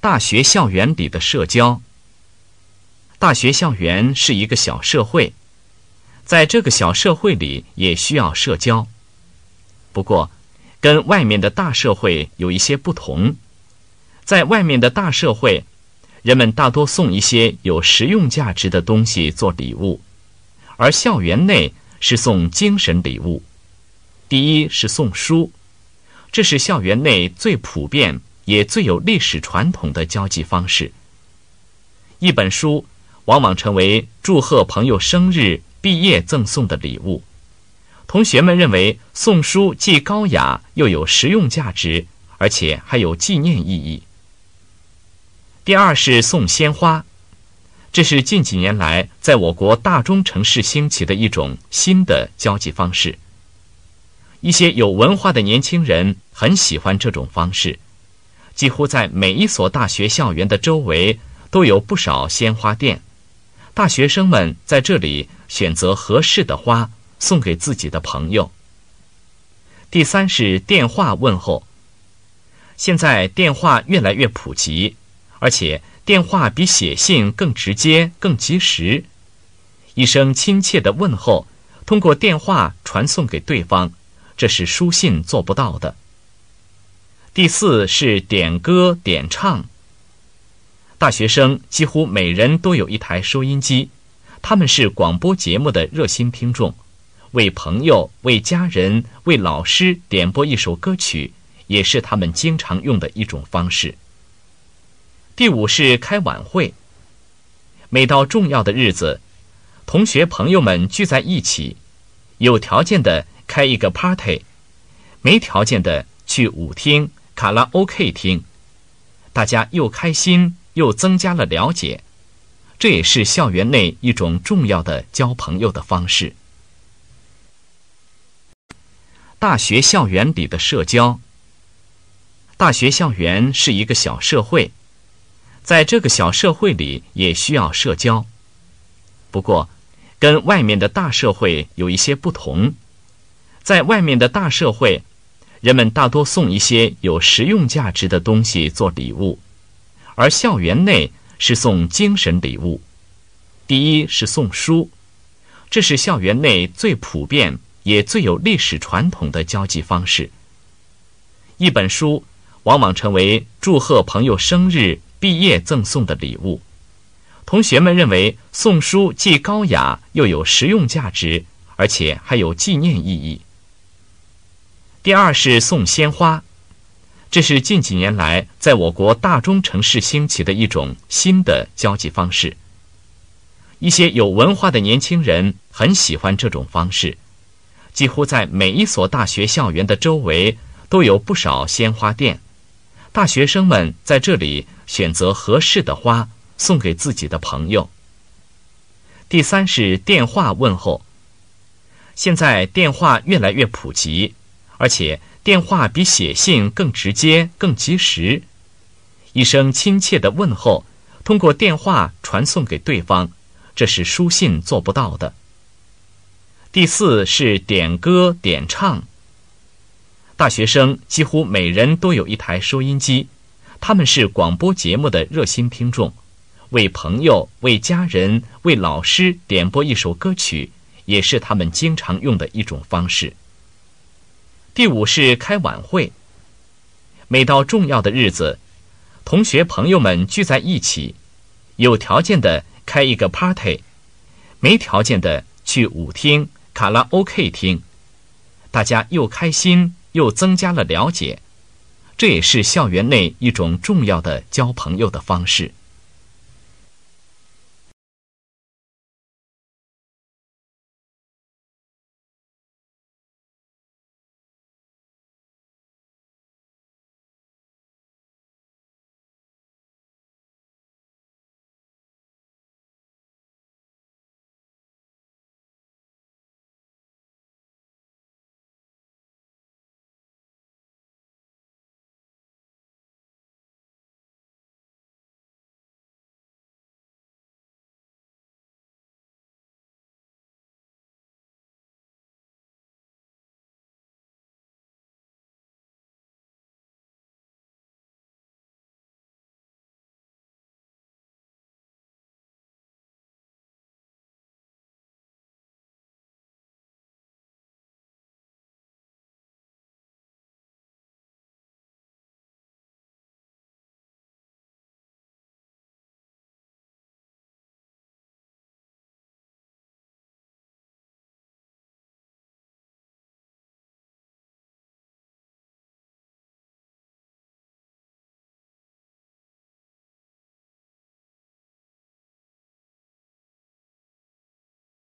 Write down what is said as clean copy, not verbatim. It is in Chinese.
大学校园里的社交。大学校园是一个小社会，在这个小社会里也需要社交。不过，跟外面的大社会有一些不同。在外面的大社会，人们大多送一些有实用价值的东西做礼物，而校园内是送精神礼物。第一是送书，这是校园内最普遍也最有历史传统的交际方式。一本书往往成为祝贺朋友生日、毕业赠送的礼物。同学们认为送书既高雅又有实用价值，而且还有纪念意义。第二是送鲜花，这是近几年来在我国大中城市兴起的一种新的交际方式。一些有文化的年轻人很喜欢这种方式，几乎在每一所大学校园的周围都有不少鲜花店，大学生们在这里选择合适的花送给自己的朋友。第三是电话问候，现在电话越来越普及，而且电话比写信更直接、更及时。一声亲切的问候，通过电话传送给对方，这是书信做不到的。第四是点歌点唱，大学生几乎每人都有一台收音机，他们是广播节目的热心听众，为朋友、为家人、为老师点播一首歌曲，也是他们经常用的一种方式。第五是开晚会，每到重要的日子，同学朋友们聚在一起，有条件的开一个 party， 没条件的去舞厅、卡拉 OK 厅，大家又开心又增加了了解，这也是校园内一种重要的交朋友的方式。大学校园里的社交。大学校园是一个小社会，在这个小社会里也需要社交。不过，跟外面的大社会有一些不同。在外面的大社会，人们大多送一些有实用价值的东西做礼物，而校园内是送精神礼物。第一是送书，这是校园内最普遍也最有历史传统的交际方式。一本书往往成为祝贺朋友生日、毕业赠送的礼物。同学们认为送书既高雅又有实用价值，而且还有纪念意义。第二是送鲜花，这是近几年来在我国大中城市兴起的一种新的交际方式。一些有文化的年轻人很喜欢这种方式，几乎在每一所大学校园的周围都有不少鲜花店，大学生们在这里选择合适的花送给自己的朋友。第三是电话问候，现在电话越来越普及，而且电话比写信更直接、更及时。一声亲切的问候，通过电话传送给对方，这是书信做不到的。第四是点歌点唱，大学生几乎每人都有一台收音机，他们是广播节目的热心听众，为朋友、为家人、为老师点播一首歌曲，也是他们经常用的一种方式。第五是开晚会，每到重要的日子，同学朋友们聚在一起，有条件的开一个 party， 没条件的去舞厅、卡拉 OK 厅，大家又开心又增加了了解，这也是校园内一种重要的交朋友的方式。